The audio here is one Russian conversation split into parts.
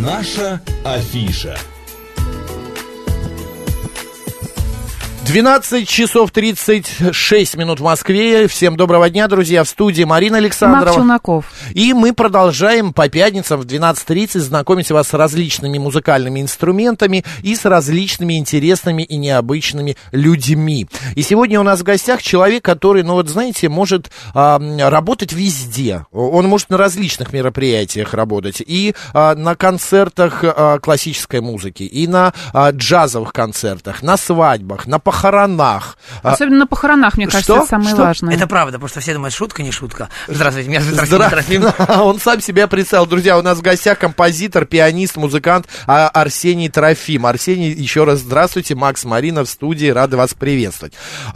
Наша афиша. 12 часов 36 минут в Москве. Всем доброго дня, друзья. В студии Марина Александрова. Марк Челноков. И мы продолжаем по пятницам в 12:30 знакомить вас с различными музыкальными инструментами и с различными интересными и необычными людьми. И сегодня у нас в гостях человек, который, ну вот знаете, может работать везде. Он может на различных мероприятиях работать. И на концертах классической музыки, и на джазовых концертах, на свадьбах, на похоронах. Особенно на похоронах, мне кажется, это самое важное. Это правда, потому что все думают, шутка, не шутка. Здравствуйте, меня зовут Трофим. Он сам себя представил. Друзья, у нас в гостях композитор, пианист, музыкант Арсений Трофим. Арсений, еще раз здравствуйте. Макс, Марина в студии, рады вас приветствовать.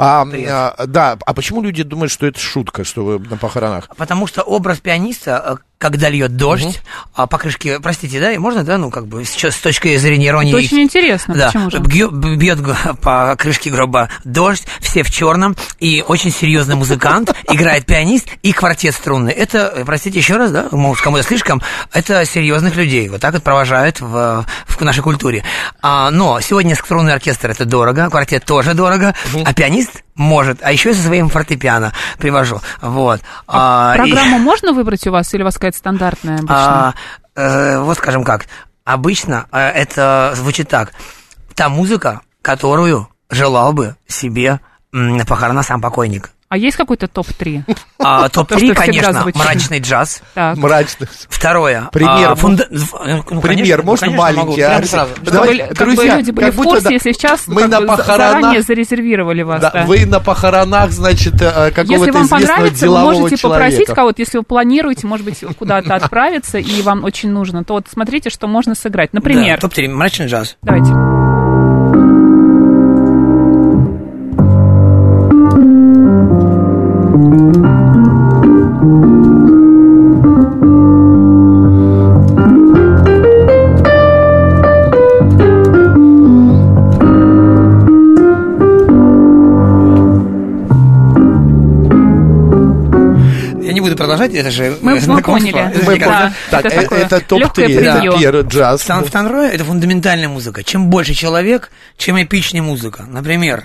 Да, а почему люди думают, что это шутка, что вы на похоронах? Потому что образ пианиста, когда льет дождь, по крышке, простите, да, и можно, да, ну, как бы, с точки зрения иронии. Это очень интересно, да, почему же? Бьет по крышке гроба дождь, все в черном, и очень серьезный музыкант, играет пианист и квартет струнный. Это, простите еще раз, да, может, кому-то слишком, это серьезных людей, вот так вот провожают в нашей культуре. Но сегодня струнный оркестр это дорого, квартет тоже дорого, а пианист может, а еще и со своим фортепиано привожу, вот. Программу можно выбрать у вас, или у вас какая-то стандартная обычно? Вот скажем как, обычно это звучит так: та музыка, которую желал бы себе на похорона сам покойник. А есть какой-то топ-3? Топ-3, конечно, мрачный джаз. Мрачный. Второе. Пример. Пример, можно маленький? Друзья, люди были в курсе, если сейчас заранее зарезервировали вас. Вы на похоронах, значит, какого-то известного делового человека. Если вам понравится, вы можете попросить кого-то, если вы планируете, может быть, куда-то отправиться, и вам очень нужно, то вот смотрите, что можно сыграть. Например. Топ-3, мрачный джаз. Давайте. Продолжать, это же мы поняли. Так, это топ-3, джаз. Второе, это фундаментальная музыка. Чем больше человек, чем эпичнее музыка. Например.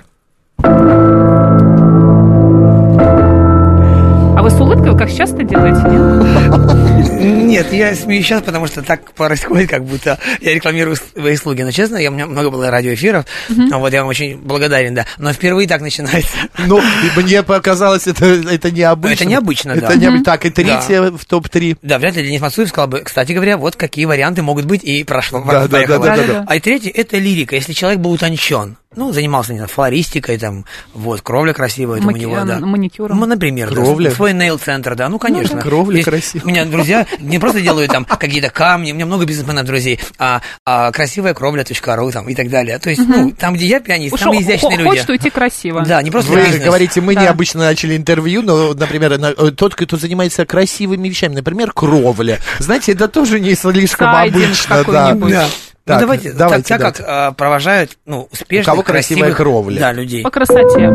А вы с улыбкой, как часто делаете, нет? Нет, я смеюсь сейчас, потому что так происходит, как будто я рекламирую свои услуги. Но честно, у меня много было радиоэфиров, вот я вам очень благодарен, да. Но впервые так начинается. Ну, мне показалось, это необычно. Это необычно, да. Так, и третье в топ-3. Да, вряд ли Денис Мацуев сказал бы, кстати говоря, вот какие варианты могут быть, и прошло. Да. А и третье, это лирика, если человек был утончен. Ну, занимался, не знаю, флористикой, там, вот, кровля красивая, там у него, да. Маникюром. Ну, например, кровля. Да, свой нейл-центр, да, ну, конечно. Кровля красивая. У меня друзья не просто делают там какие-то камни, у меня много бизнесменов друзей, а красивая кровля.ру там и так далее. То есть, ну, там, где я пианист, там изящные люди. Хочешь уйти красиво. Да, не просто вы бизнес. Говорите, мы необычно начали интервью, но, например, тот, кто занимается красивыми вещами, например, кровля. Знаете, это тоже не слишком обычно, да. Так, ну, давайте, как провожают, ну, успешных, у кого красивая кровля? Да, людей. По красоте.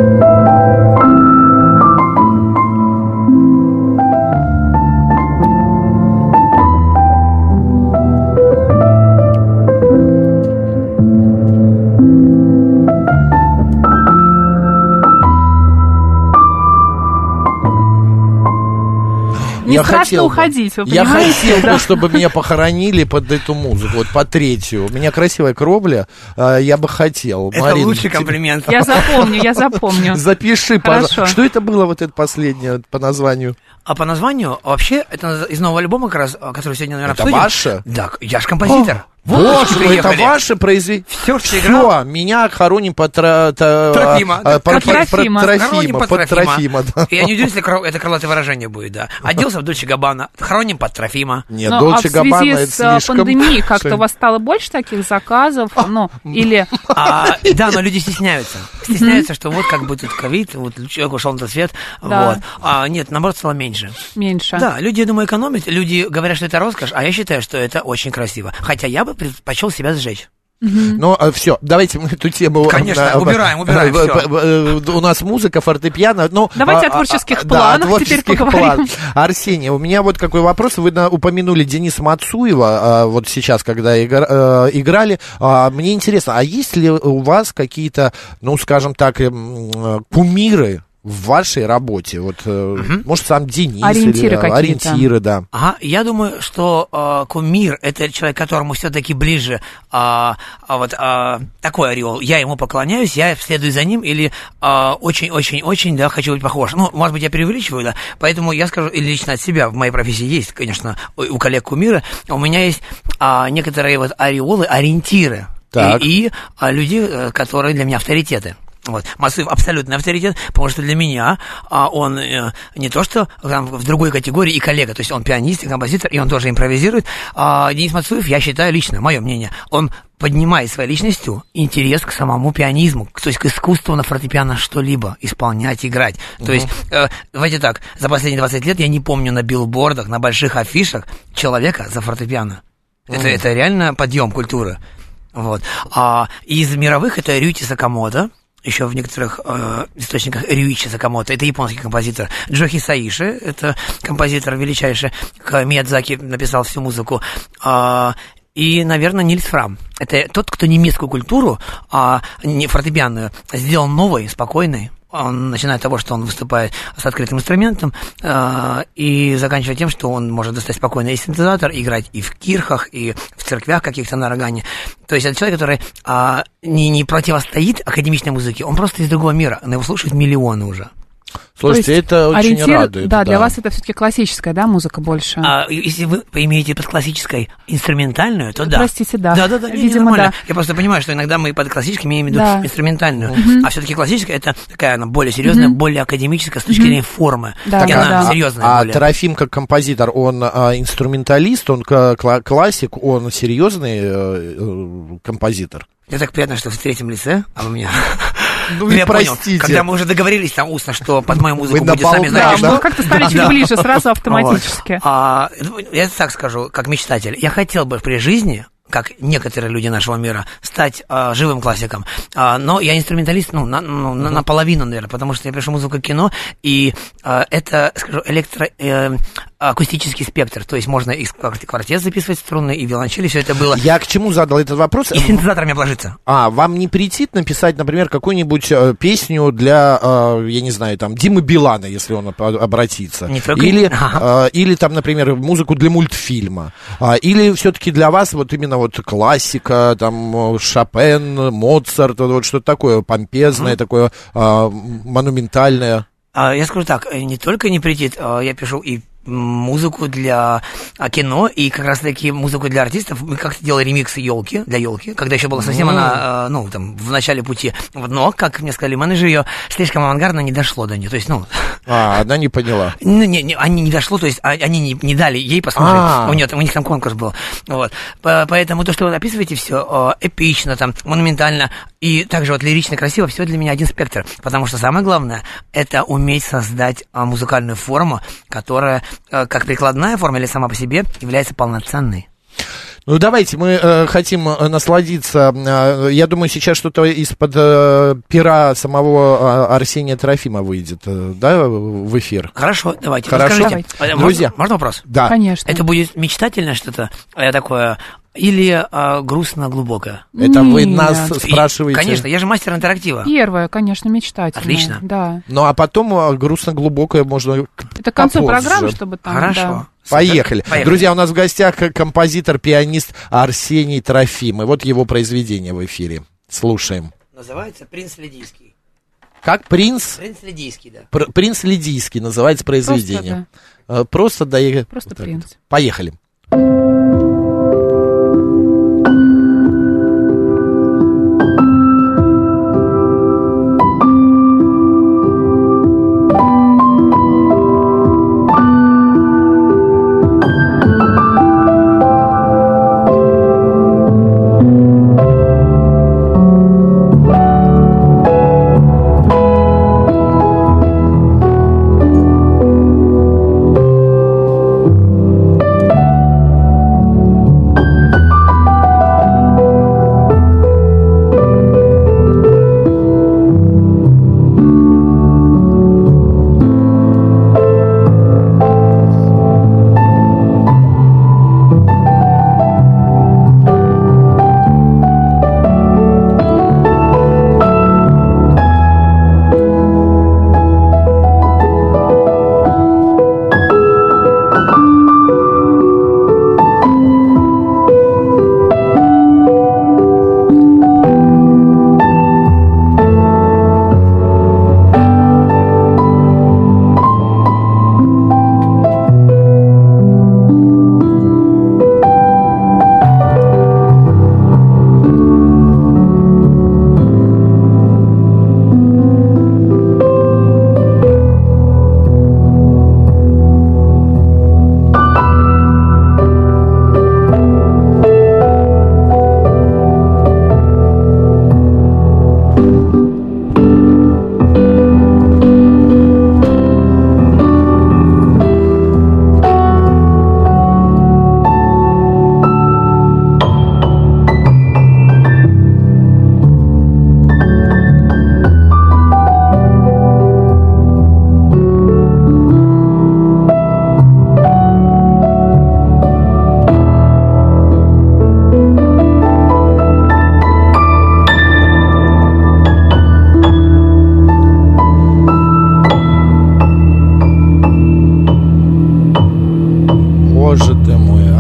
Не страшно уходить, вы понимаете? Я хотел бы, чтобы меня похоронили под эту музыку, вот под третью. У меня красивая кровля, я бы хотел. Это Марин, лучший комплимент. Я запомню. Запиши, пожалуйста. Что это было вот это последнее по названию? А по названию, вообще, это из нового альбома, как раз, который сегодня, наверное, обсудим. Это ваше? Да, я же композитор. Вот, это ваше произведение. Все, играл. Меня хороним под Трофима. Под Трофима. Я не удивлюсь, если это крылатое выражение будет, да. Оделся в Дольче Габбана, хороним под Трофима. Нет, Дольче Габбана это слишком. А в связи с пандемией как-то у вас стало больше таких заказов, ну, или... Да, но люди стесняются. Стесняются, что вот как бы тут ковид, вот человек ушел на тот свет, вот. Нет, наоборот, стало меньше. Меньше. Да, люди, я думаю, экономят, люди говорят, что это роскошь, а я считаю, что это очень красиво. Хотя я бы предпочел себя сжечь. Но все, давайте мы эту тему... Конечно, убираем всё. У нас музыка, фортепиано. Давайте о творческих планах теперь поговорим. Арсений, у меня вот какой вопрос. Вы упомянули Дениса Мацуева, вот сейчас, когда играли. Мне интересно, а есть ли у вас какие-то, ну, скажем так, кумиры в вашей работе? Вот, может, сам Денис? Ориентиры или, какие-то. Ориентиры, да. Ага, я думаю, что кумир — это человек, которому все-таки ближе такой ореол. Я ему поклоняюсь, я следую за ним или очень-очень-очень, да, хочу быть похож. Ну, может быть, я преувеличиваю, да, поэтому я скажу, или лично от себя, в моей профессии есть, конечно, у коллег кумиры, у меня есть некоторые вот ореолы, ориентиры и люди, которые для меня авторитеты. Вот. Мацуев абсолютный авторитет, потому что для меня он не то что там, в другой категории и коллега, то есть он пианист и композитор, и он тоже импровизирует. Денис Мацуев, я считаю лично, мое мнение, он поднимает своей личностью интерес к самому пианизму, то есть к искусству на фортепиано что-либо исполнять, играть. То есть, давайте так, за последние 20 лет я не помню на билбордах, на больших афишах человека за фортепиано. Это реально подъем культуры. Вот. Из мировых это Рюити Сакамото. Еще в некоторых источниках Рюичи Сакамото, это японский композитор. Джохи Саиши, это композитор величайший, Миядзаки написал всю музыку. И, наверное, Нильс Фрам. Это тот, кто немецкую культуру, не фортепианную, сделал новой, спокойной. Он начинает с того, что он выступает с открытым инструментом, и заканчивая тем, что он может достать спокойно и синтезатор, играть и в кирхах, и в церквях каких-то на органе. То есть это человек, который не противостоит академичной музыке, он просто из другого мира, но его слушают миллионы уже. Слушайте, это очень радует. Да, для вас это все-таки классическая, да, музыка больше? Если вы имеете под классической инструментальную, то да. Простите, да. Да, Видимо, да. Я просто понимаю, что иногда мы под классической имеем в виду инструментальную, а все-таки классическая это такая, она более серьезная, более академическая с точки зрения формы. Да, и она серьезная. А Трофим как композитор, он инструменталист, он классик, он серьезный композитор? Мне так приятно, что в третьем лице, а у меня... Ну, я простите. понял, когда мы уже договорились там устно, что под мою музыку Вы будет сами знаете, да, что... мы как-то стали чуть ближе, сразу автоматически. Я так скажу, как мечтатель. Я хотел бы при жизни, как некоторые люди нашего мира, стать живым классиком. Но я инструменталист, наполовину, наверное, потому что я пишу музыку кино, и это, скажу, акустический спектр, то есть можно и квартет записывать струнные, и виолончели, все это было. Я к чему задал этот вопрос? И синтезаторами обложиться. Вам не претит написать, например, какую-нибудь песню для, я не знаю, там, Димы Билана, если он обратится? Не только... Или там, например, музыку для мультфильма. Или все-таки для вас вот именно вот классика, там, Шопен, Моцарт, вот что-то такое помпезное, такое монументальное? Я скажу так, не только не претит, я пишу и музыку для кино, и как раз таки музыку для артистов. Мы как-то делали ремиксы «Елки», для «Елки», когда еще была совсем она, в начале пути. Но, как мне сказали менеджеры, ее слишком авангардно не дошло до нее. То есть, она не поняла. Они не дошло, то есть они не дали ей послушать. У них там конкурс был. Вот. Поэтому то, что вы описываете, все эпично, там, монументально, и также вот лирично, красиво, все для меня один спектр. Потому что самое главное, это уметь создать музыкальную форму, которая, как прикладная форма или сама по себе, является полноценной. Ну, давайте, мы хотим насладиться. Я думаю, сейчас что-то из-под пера самого Арсения Трофима выйдет, да, в эфир? Хорошо, давайте. Хорошо. Расскажите. Друзья. Можно вопрос? Да. Конечно. Это будет мечтательное что-то такое... Или грустно-глубокое? Это вы нас спрашиваете? Конечно, я же мастер интерактива. Первое, конечно, мечтательное. Отлично. Да. Ну, а потом грустно-глубокое можно это к концу попозже. Программы, чтобы там... Хорошо. Да. Поехали. Друзья, у нас в гостях композитор, пианист Арсений Трофим. И вот его произведение в эфире. Слушаем. Называется «Принц Лидийский». Как? Принц? Принц Лидийский, да. Принц Лидийский называется произведение. Просто принц. Поехали.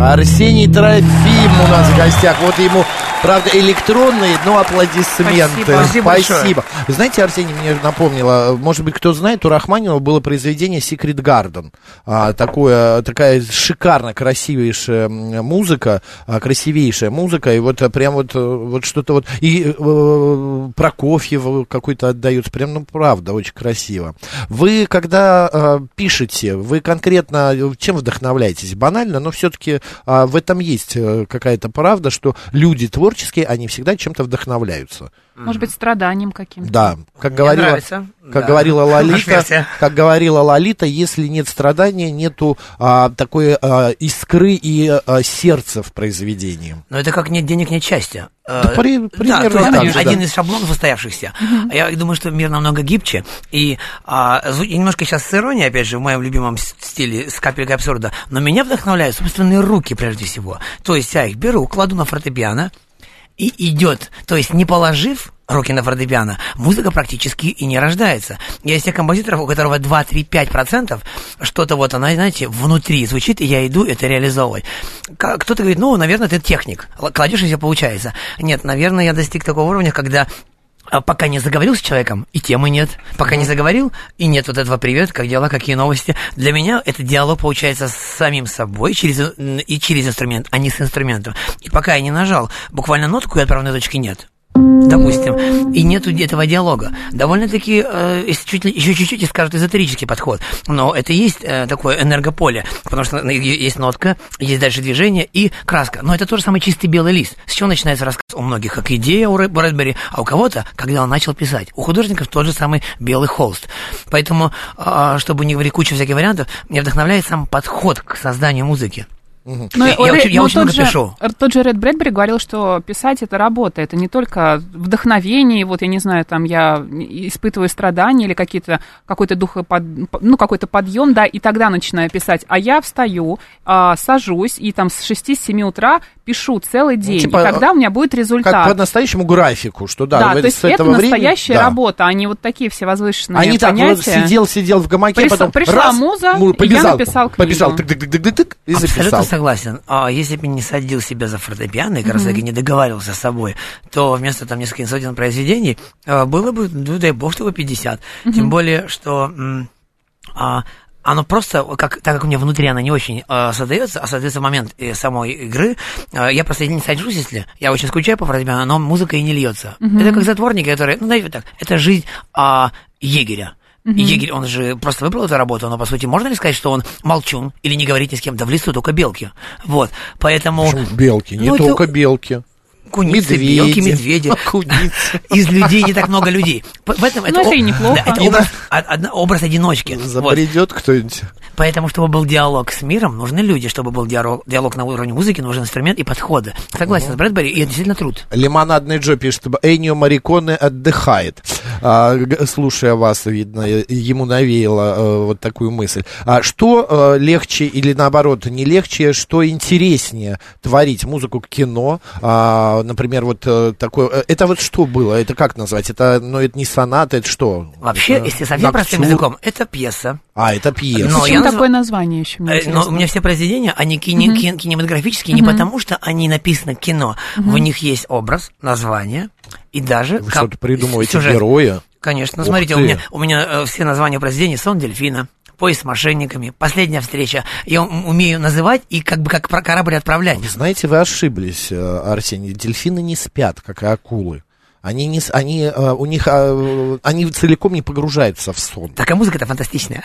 Арсений Трофим у нас в гостях. Вот ему, правда, электронные, но аплодисменты. Спасибо. Вы знаете, Арсений мне напомнило, может быть, кто знает, у Рахманинова было произведение «Secret Garden». Такая шикарно красивейшая музыка, красивейшая музыка. И вот прям вот что-то вот... И Прокофьев какой-то отдается. Прям, ну, правда, очень красиво. Вы, когда пишете, вы конкретно чем вдохновляетесь? Банально, но все-таки в этом есть какая-то правда, что люди творческие, они всегда чем-то вдохновляются. Может быть, страданием каким-то. Да, как говорила Лолита, если нет страдания, нету такой искры и сердца в произведении. Но это как нет денег, нет счастья. Примерно так же, один из шаблонов устоявшихся. Я думаю, что мир намного гибче. И немножко сейчас с иронией, опять же, в моем любимом стиле, с капелькой абсурда, но меня вдохновляют собственные руки, прежде всего. То есть я их беру, кладу на фортепиано, и идет, то есть не положив руки на фортепиано, музыка практически и не рождается. Я из тех композиторов, у которого 2-3-5% что-то вот, она, знаете, внутри звучит, и я иду это реализовывать. Кто-то говорит, ну, наверное, ты техник, кладешь, и все получается. Нет, наверное, я достиг такого уровня, когда пока не заговорил с человеком, и темы нет. Пока не заговорил, и нет вот этого «привет, как дела, какие новости». Для меня этот диалог получается с самим собой через инструмент, а не с инструментом. И пока я не нажал буквально нотку, и отправной точки нет. Допустим, и нету этого диалога. Довольно-таки, еще чуть-чуть, и скажут, эзотерический подход. Но это и есть такое энергополе, потому что есть нотка, есть дальше движение и краска. Но это тоже самый чистый белый лист. С чего начинается рассказ? У многих как идея у Брэдбери, а у кого-то, когда он начал писать. У художников тот же самый белый холст. Поэтому, чтобы не говорить кучу всяких вариантов, меня вдохновляет сам подход к созданию музыки. Я очень много пишу. Тот же Ред Брэдбери говорил, что писать — это работа, это не только вдохновение, вот я не знаю, там я испытываю страдания или какой-то какой-то подъем, да, и тогда начинаю писать. А я встаю, сажусь и там с 6-7 утра пишу целый день, и тогда у меня будет результат. Как по настоящему графику, что да, то есть это настоящая работа, а не вот такие все возвышенные понятия. Так вот сидел в гамаке, потом пришла муза, и я написал книгу. Побежал, тык-тык-тык-тык, и записал. Абсолютно согласен. Если бы не садил себя за фортепиано и как раз таки не договаривался с собой, то вместо там нескольких сотен произведений было бы, ну дай бог, чтобы 50. Тем более, что оно просто, так как у меня внутри оно не очень создается, а создается в момент самой игры, я просто не сажусь, если я очень скучаю по фортепиано, но музыка и не льется. Это как затворники, которые, ну знаете, так, это жизнь егеря. И егерь, он же просто выбрал эту работу, но, по сути, можно ли сказать, что он молчун или не говорит ни с кем? Да в лесу только белки. Вот, поэтому... Почему белки? Не только белки. Куницы, белки, медведи. Из людей не так много людей. В этом это и неплохо. Это образ одиночки. Забредет кто-нибудь. Поэтому, чтобы был диалог с миром, нужны люди. Чтобы был диалог на уровне музыки, нужен инструмент и подходы. Согласен с Брэдбери, и это действительно труд. Лимонадный Джо пишет, что Эннио Морриконе отдыхает. Слушая вас, видно, ему навеяло вот такую мысль. Что легче или, наоборот, не легче, что интереснее творить? Музыку к кино, например, вот такое... Это вот что было? Это как назвать? Это не соната, это что? Вообще, если совсем простым языком, это пьеса. Это пьеса. Почему такое название еще? Но у меня все произведения, они кинематографические не потому, что они написаны кино. В них есть образ, название и даже... Вы что-то придумываете героя? Конечно. Смотрите, у меня все названия произведений «Сон дельфина», «Поезд с мошенниками», «Последняя встреча». Я умею называть и как корабль отправлять. Вы знаете, вы ошиблись, Арсений. Дельфины не спят, как и акулы. Они целиком не погружаются в сон. Так, а музыка-то фантастичная.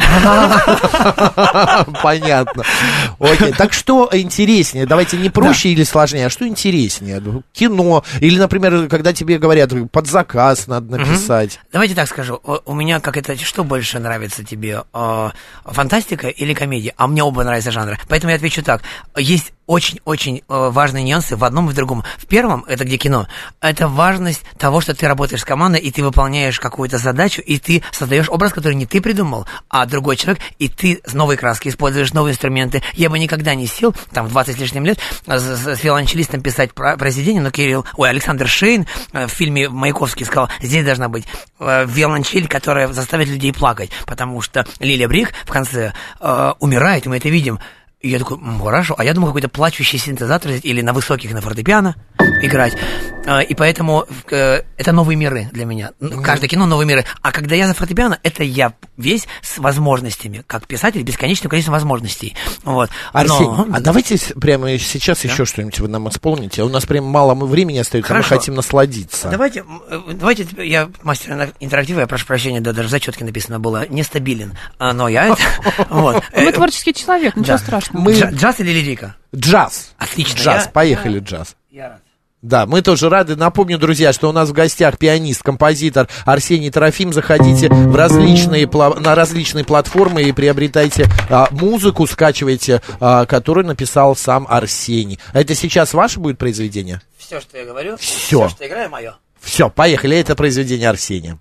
Понятно. Окей. Так что интереснее? Давайте не проще или сложнее, а что интереснее? Кино. Или, например, когда тебе говорят, под заказ надо написать. Давайте так скажу. У меня что больше нравится тебе? Фантастика или комедия? А мне оба нравятся жанры. Поэтому я отвечу так. Есть очень-очень важные нюансы в одном и в другом. В первом, это где кино, это важность того, что ты работаешь с командой, и ты выполняешь какую-то задачу, и ты создаешь образ, который не ты придумал, а другой человек, и ты новые краски используешь, новые инструменты. Я бы никогда не сел, там, в 20 с лишним лет, с виолончелистом писать произведение, но Александр Шейн в фильме Маяковский сказал, здесь должна быть виолончель, которая заставит людей плакать, потому что Лилия Брик в конце умирает, и мы это видим. И я такой, хорошо. А я думал, какой-то плачущий синтезатор или на высоких, на фортепиано играть. И поэтому это новые миры для меня. Каждое кино — новые миры. А когда я за фортепиано, это я весь с возможностями. Как писатель, бесконечным количеством возможностей. Вот. Арсений, а давайте прямо сейчас еще что-нибудь вы нам исполните. У нас прям мало времени остается, мы хотим насладиться. Давайте, я мастер интерактива, я прошу прощения, да, даже в зачетке написано было «нестабилен». Но я это... Вы творческий человек, ничего страшного. Джаз или лирика? Джаз. Отлично. Джаз, поехали, джаз. Я рад. Да, мы тоже рады. Напомню, друзья, что у нас в гостях пианист, композитор Арсений Трофим. Заходите на различные платформы и приобретайте музыку, скачивайте, которую написал сам Арсений. Это сейчас ваше будет произведение? Все, что я говорю, все что играю, мое. Все, поехали. Это произведение Арсения.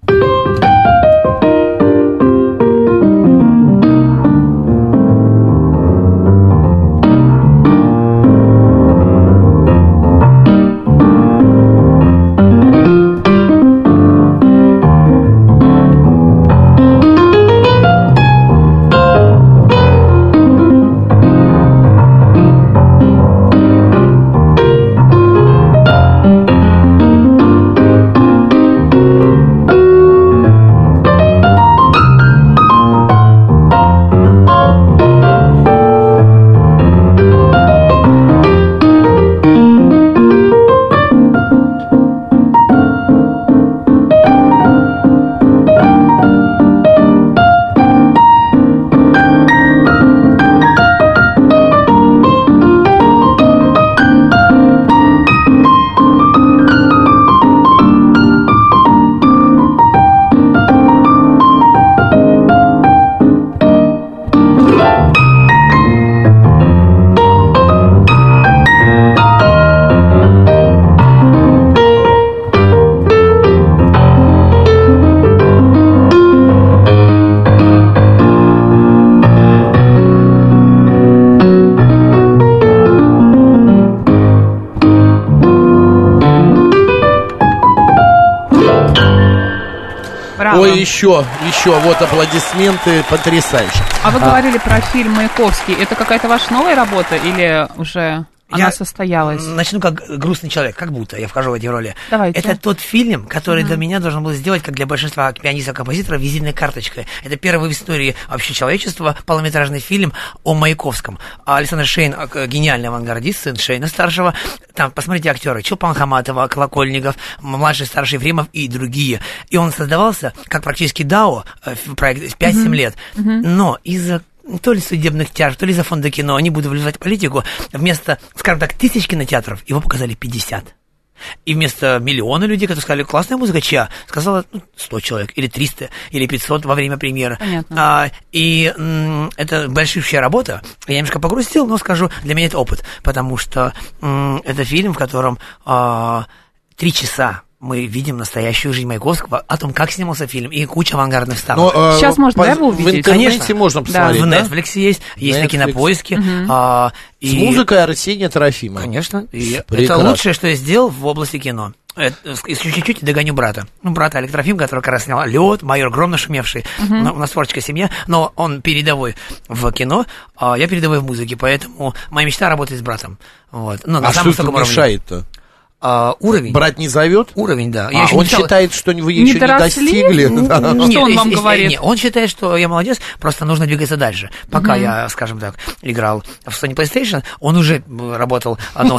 Ой, еще, вот аплодисменты, потрясающе. А вы говорили про фильм «Маяковский». Это какая-то ваша новая работа или уже она состоялась? Начну как грустный человек, как будто я вхожу в эти роли. Давайте. Это тот фильм, который для меня должен был сделать, как для большинства пианистов-композиторов, визитной карточкой. Это первый в истории вообще человечества полнометражный фильм о Маяковском. Александр Шейн, гениальный авангардист, сын Шейна старшего. Там, посмотрите, актеры: Чулпан Хаматова, Колокольников, младший, старший Ефремов и другие. И он создавался как практически ДАО, проект 5-7 лет. Но из-за то ли судебных тяжб, то ли за фонда кино, не буду влезать в политику, вместо, скажем так, 1000 кинотеатров, его показали 50. И вместо миллиона людей, которые сказали, классная музыка, чья? Сказала 100 человек, или 300, или 500 во время премьеры. Понятно. Это большущая работа. Я немножко погрустил, но скажу, для меня это опыт, потому что это фильм, в котором 3 часа мы видим настоящую жизнь Маяковского, о том, как снимался фильм, и куча авангардных ставок. Сейчас можно его увидеть. В интернете можно посмотреть, в Netflix есть на Кинопоиске. С музыкой Арсения Трофима. Конечно. Это лучшее, что я сделал в области кино. Еще чуть-чуть догоню брата. Брата Олег Трофим, который как раз снял «Лед», «Майор Гром», нашумевший. У нас творческая семья, но он передовой в кино, а я передовой в музыке, поэтому моя мечта — работать с братом. Вот. А что это мешает-то? Уровень. Брат не зовет? Уровень, да. Он считает, что вы еще не достигли? Что он вам говорит? Нет, он считает, что я молодец, просто нужно двигаться дальше. Пока я, скажем так, играл в Sony PlayStation, он уже работал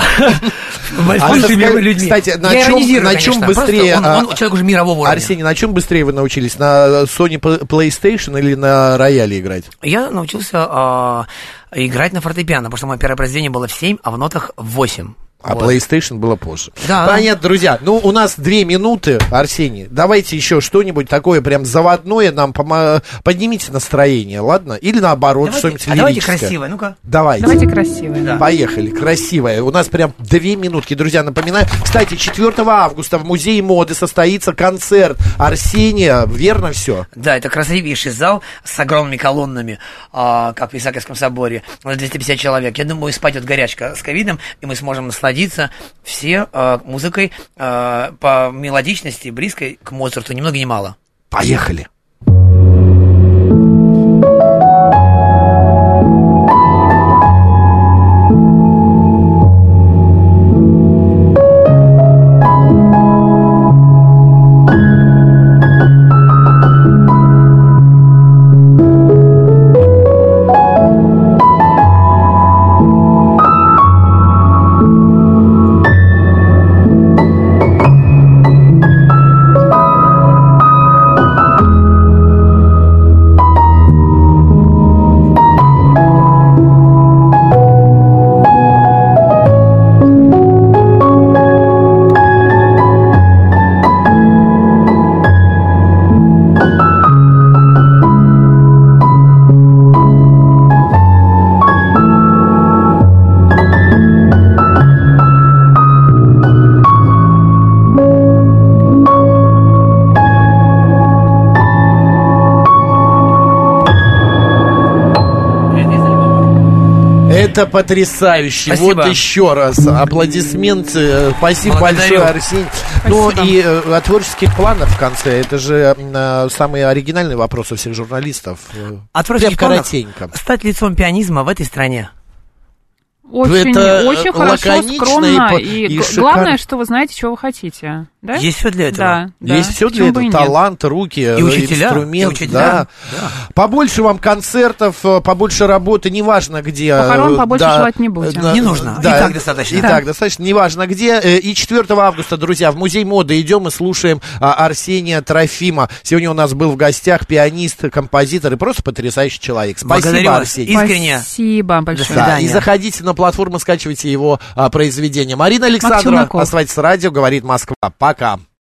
с большими людьми. Кстати, на чем быстрее... Он человек уже мирового уровня. Арсений, на чем быстрее вы научились? На Sony PlayStation или на рояле играть? Я научился играть на фортепиано, потому что мое первое произведение было в 7, а в нотах в 8. А вот. PlayStation было позже. Да. Понятно, друзья. У нас 2 минуты, Арсений. Давайте еще что-нибудь такое прям заводное нам поднимите настроение, ладно? Или наоборот, что-нибудь лирическое. Давайте красивое, ну-ка. Давайте красивое. Да. Поехали, красивое. У нас прям 2 минутки, друзья, напоминаю. Кстати, 4 августа в Музее моды состоится концерт Арсения. Верно все? Да, это красивейший зал с огромными колоннами, как в Исаакиевском соборе. 250 человек. Я думаю, спадет горячка с ковидом, и мы сможем насладиться все музыкой по мелодичности, близкой к Моцарту, ни много ни мало. Поехали! Это потрясающе. Спасибо. Вот еще раз аплодисменты. Спасибо Благодарю. большое, Арсений. Ну и о творческих планах в конце. Это же самый оригинальный вопрос у всех журналистов. От творческих планов коротенько. стать лицом пианизма в этой стране. Очень, Это очень хорошо, лаконично скромно. и И шикарно. главное, что вы знаете, чего вы хотите. Да? Есть все для этого. Да, Есть все для почему бы этого. и нет? Талант, руки, И учителя, инструмент. и учителя. Да. Побольше вам концертов, побольше работы, неважно где. Похорон побольше желать не будем. Не нужно. И так достаточно. И так достаточно, неважно где. И 4 августа, друзья, в Музей моды идем и слушаем Арсения Трофима. Сегодня у нас был в гостях пианист, композитор и просто потрясающий человек. Спасибо, Благодарю вас. Арсений. Искренне. Спасибо большое. До Да, свидания. и заходите на платформу, скачивайте его произведения. Марина Александрова, Челноков. оставайтесь с радио, говорит Москва. Пока.